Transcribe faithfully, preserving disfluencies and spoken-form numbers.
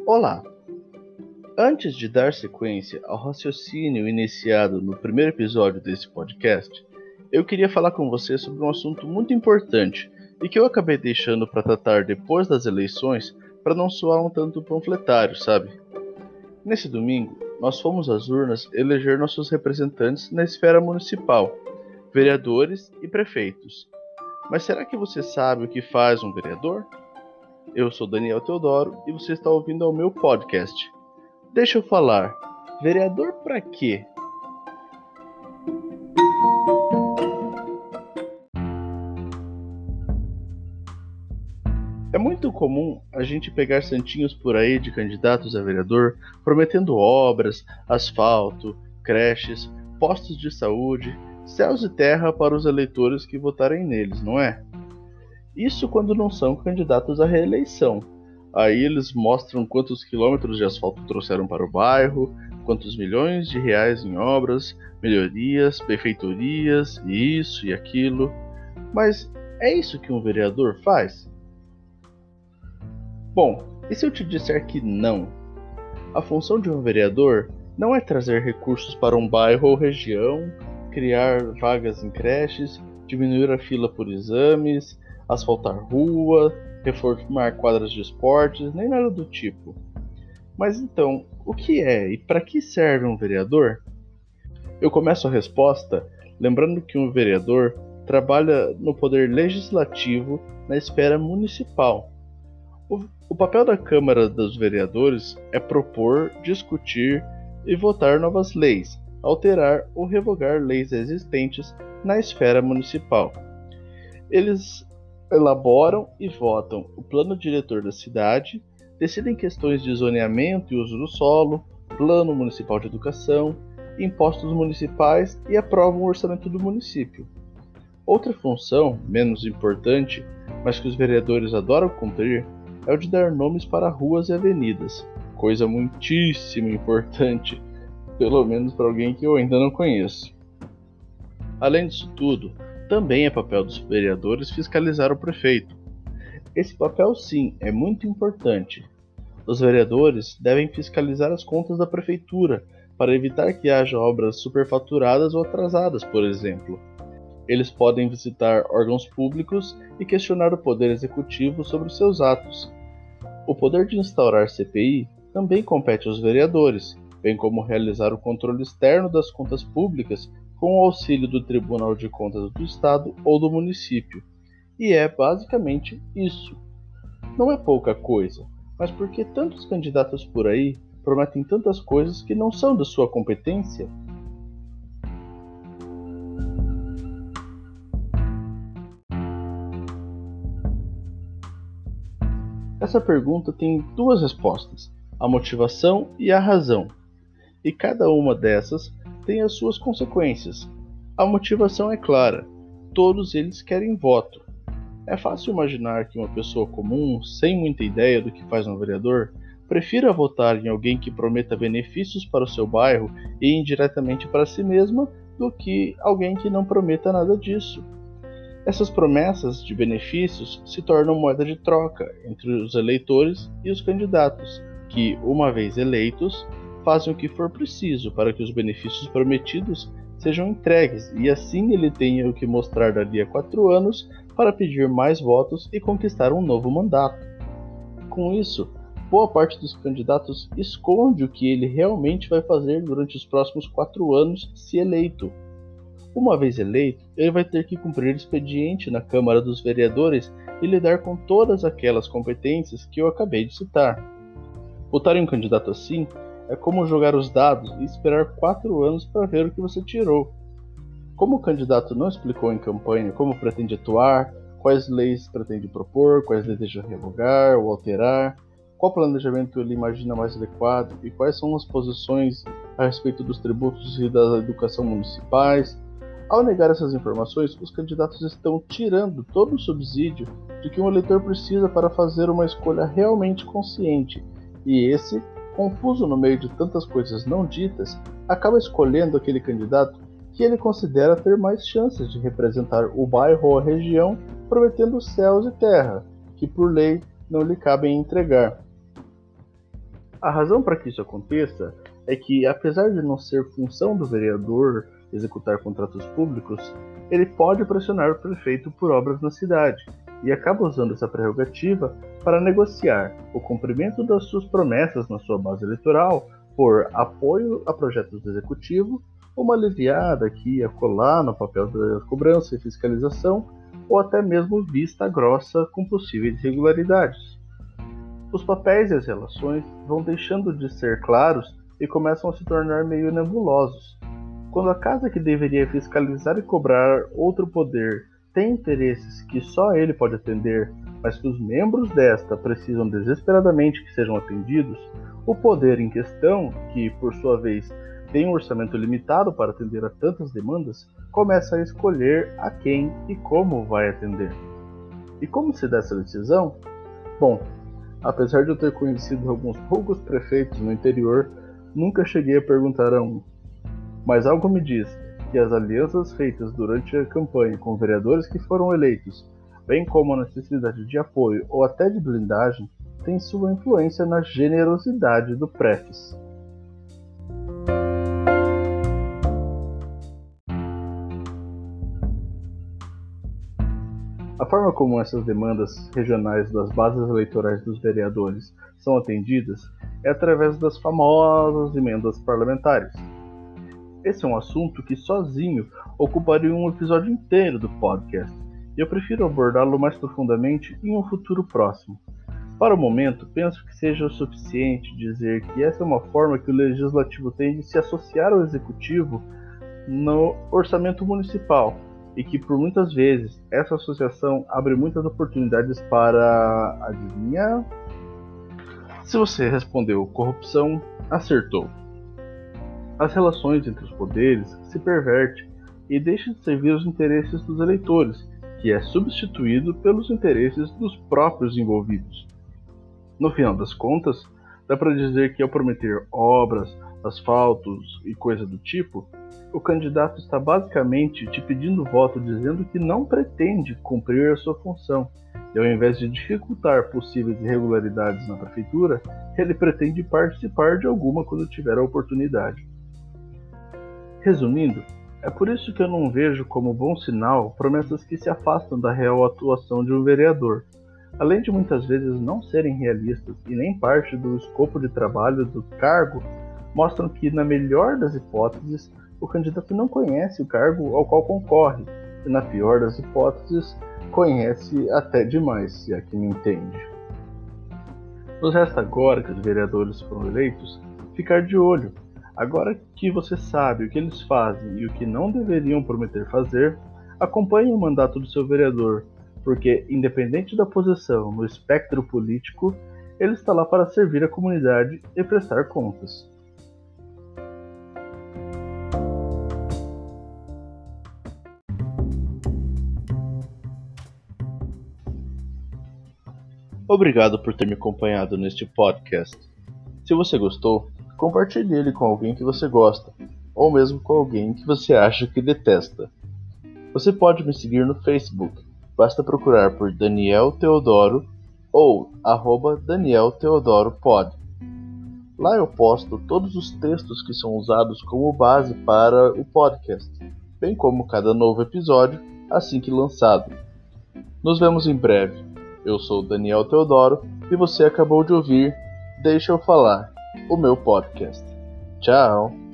Olá! Antes de dar sequência ao raciocínio iniciado no primeiro episódio desse podcast, eu queria falar com você sobre um assunto muito importante e que eu acabei deixando para tratar depois das eleições para não soar um tanto panfletário, sabe? Nesse domingo, nós fomos às urnas eleger nossos representantes na esfera municipal, vereadores e prefeitos. Mas será que você sabe o que faz um vereador? Eu sou Daniel Teodoro e você está ouvindo ao meu podcast. Deixa eu falar, vereador pra quê? É muito comum a gente pegar santinhos por aí de candidatos a vereador prometendo obras, asfalto, creches, postos de saúde, céus e terra para os eleitores que votarem neles, não é? Isso quando não são candidatos à reeleição. Aí eles mostram quantos quilômetros de asfalto trouxeram para o bairro, quantos milhões de reais em obras, melhorias, benfeitorias, isso e aquilo. Mas é isso que um vereador faz? Bom, e se eu te disser que não? A função de um vereador não é trazer recursos para um bairro ou região, criar vagas em creches, diminuir a fila por exames, asfaltar rua, reformar quadras de esportes, nem nada do tipo. Mas então, o que é e para que serve um vereador? Eu começo a resposta lembrando que um vereador trabalha no poder legislativo na esfera municipal. O, o papel da Câmara dos Vereadores é propor, discutir e votar novas leis, alterar ou revogar leis existentes na esfera municipal. Eles elaboram e votam o plano diretor da cidade, decidem questões de zoneamento e uso do solo, plano municipal de educação, impostos municipais e aprovam o orçamento do município. Outra função, menos importante, mas que os vereadores adoram cumprir, é o de dar nomes para ruas e avenidas, coisa muitíssimo importante, pelo menos para alguém que eu ainda não conheço. Além disso tudo, também é papel dos vereadores fiscalizar o prefeito. Esse papel, sim, é muito importante. Os vereadores devem fiscalizar as contas da prefeitura para evitar que haja obras superfaturadas ou atrasadas, por exemplo. Eles podem visitar órgãos públicos e questionar o poder executivo sobre seus atos. O poder de instaurar C P I também compete aos vereadores, bem como realizar o controle externo das contas públicas com o auxílio do Tribunal de Contas do Estado ou do município. E é basicamente isso. Não é pouca coisa, mas por que tantos candidatos por aí prometem tantas coisas que não são da sua competência? Essa pergunta tem duas respostas, a motivação e a razão. E cada uma dessas tem as suas consequências. A motivação é clara, todos eles querem voto. É fácil imaginar que uma pessoa comum, sem muita ideia do que faz um vereador, prefira votar em alguém que prometa benefícios para o seu bairro e indiretamente para si mesma, do que alguém que não prometa nada disso. Essas promessas de benefícios se tornam moeda de troca entre os eleitores e os candidatos, que, uma vez eleitos, fazem o que for preciso para que os benefícios prometidos sejam entregues e assim ele tenha o que mostrar dali a quatro anos para pedir mais votos e conquistar um novo mandato. Com isso, boa parte dos candidatos esconde o que ele realmente vai fazer durante os próximos quatro anos se eleito. Uma vez eleito, ele vai ter que cumprir expediente na Câmara dos Vereadores e lidar com todas aquelas competências que eu acabei de citar. Votar em um candidato assim é como jogar os dados e esperar quatro anos para ver o que você tirou. Como o candidato não explicou em campanha como pretende atuar, quais leis pretende propor, quais deseja revogar ou alterar, qual planejamento ele imagina mais adequado e quais são as posições a respeito dos tributos e da educação municipais, ao negar essas informações, os candidatos estão tirando todo o subsídio de que um eleitor precisa para fazer uma escolha realmente consciente, e esse, confuso no meio de tantas coisas não ditas, acaba escolhendo aquele candidato que ele considera ter mais chances de representar o bairro ou a região, prometendo céus e terra, que por lei não lhe cabem entregar. A razão para que isso aconteça é que, apesar de não ser função do vereador executar contratos públicos, ele pode pressionar o prefeito por obras na cidade e acaba usando essa prerrogativa para negociar o cumprimento das suas promessas na sua base eleitoral por apoio a projetos do executivo, uma aliviada aqui e acolá no papel da cobrança e fiscalização, ou até mesmo vista grossa com possíveis irregularidades. Os papéis e as relações vão deixando de ser claros e começam a se tornar meio nebulosos. Quando a casa que deveria fiscalizar e cobrar outro poder tem interesses que só ele pode atender, mas que os membros desta precisam desesperadamente que sejam atendidos, o poder em questão, que por sua vez tem um orçamento limitado para atender a tantas demandas, começa a escolher a quem e como vai atender. E como se dá essa decisão? Bom, apesar de eu ter conhecido alguns poucos prefeitos no interior, nunca cheguei a perguntar a um. Mas algo me diz que as alianças feitas durante a campanha com vereadores que foram eleitos, bem como a necessidade de apoio ou até de blindagem, têm sua influência na generosidade do prefis. A forma como essas demandas regionais das bases eleitorais dos vereadores são atendidas é através das famosas emendas parlamentares. Esse é um assunto que sozinho ocuparia um episódio inteiro do podcast, e eu prefiro abordá-lo mais profundamente em um futuro próximo. Para o momento, penso que seja o suficiente dizer que essa é uma forma que o Legislativo tem de se associar ao Executivo no orçamento municipal, e que por muitas vezes essa associação abre muitas oportunidades para... adivinhar? Se você respondeu corrupção, acertou. As relações entre os poderes se pervertem e deixam de servir os interesses dos eleitores, que é substituído pelos interesses dos próprios envolvidos. No final das contas, dá para dizer que ao prometer obras, asfaltos e coisa do tipo, o candidato está basicamente te pedindo voto dizendo que não pretende cumprir a sua função, e ao invés de dificultar possíveis irregularidades na prefeitura, ele pretende participar de alguma quando tiver a oportunidade. Resumindo, é por isso que eu não vejo como bom sinal promessas que se afastam da real atuação de um vereador, além de muitas vezes não serem realistas e nem parte do escopo de trabalho do cargo, mostram que, na melhor das hipóteses, o candidato não conhece o cargo ao qual concorre, e na pior das hipóteses, conhece até demais, se é que me entende. Nos resta agora que os vereadores foram eleitos, ficar de olho. Agora que você sabe o que eles fazem e o que não deveriam prometer fazer, acompanhe o mandato do seu vereador, porque, independente da posição no espectro político, ele está lá para servir a comunidade e prestar contas. Obrigado por ter me acompanhado neste podcast. Se você gostou, compartilhe ele com alguém que você gosta, ou mesmo com alguém que você acha que detesta. Você pode me seguir no Facebook, basta procurar por Daniel Teodoro ou arroba Daniel Teodoro Pod. Lá eu posto todos os textos que são usados como base para o podcast, bem como cada novo episódio assim que lançado. Nos vemos em breve. Eu sou Daniel Teodoro e você acabou de ouvir Deixa Eu Falar, o meu podcast. Tchau!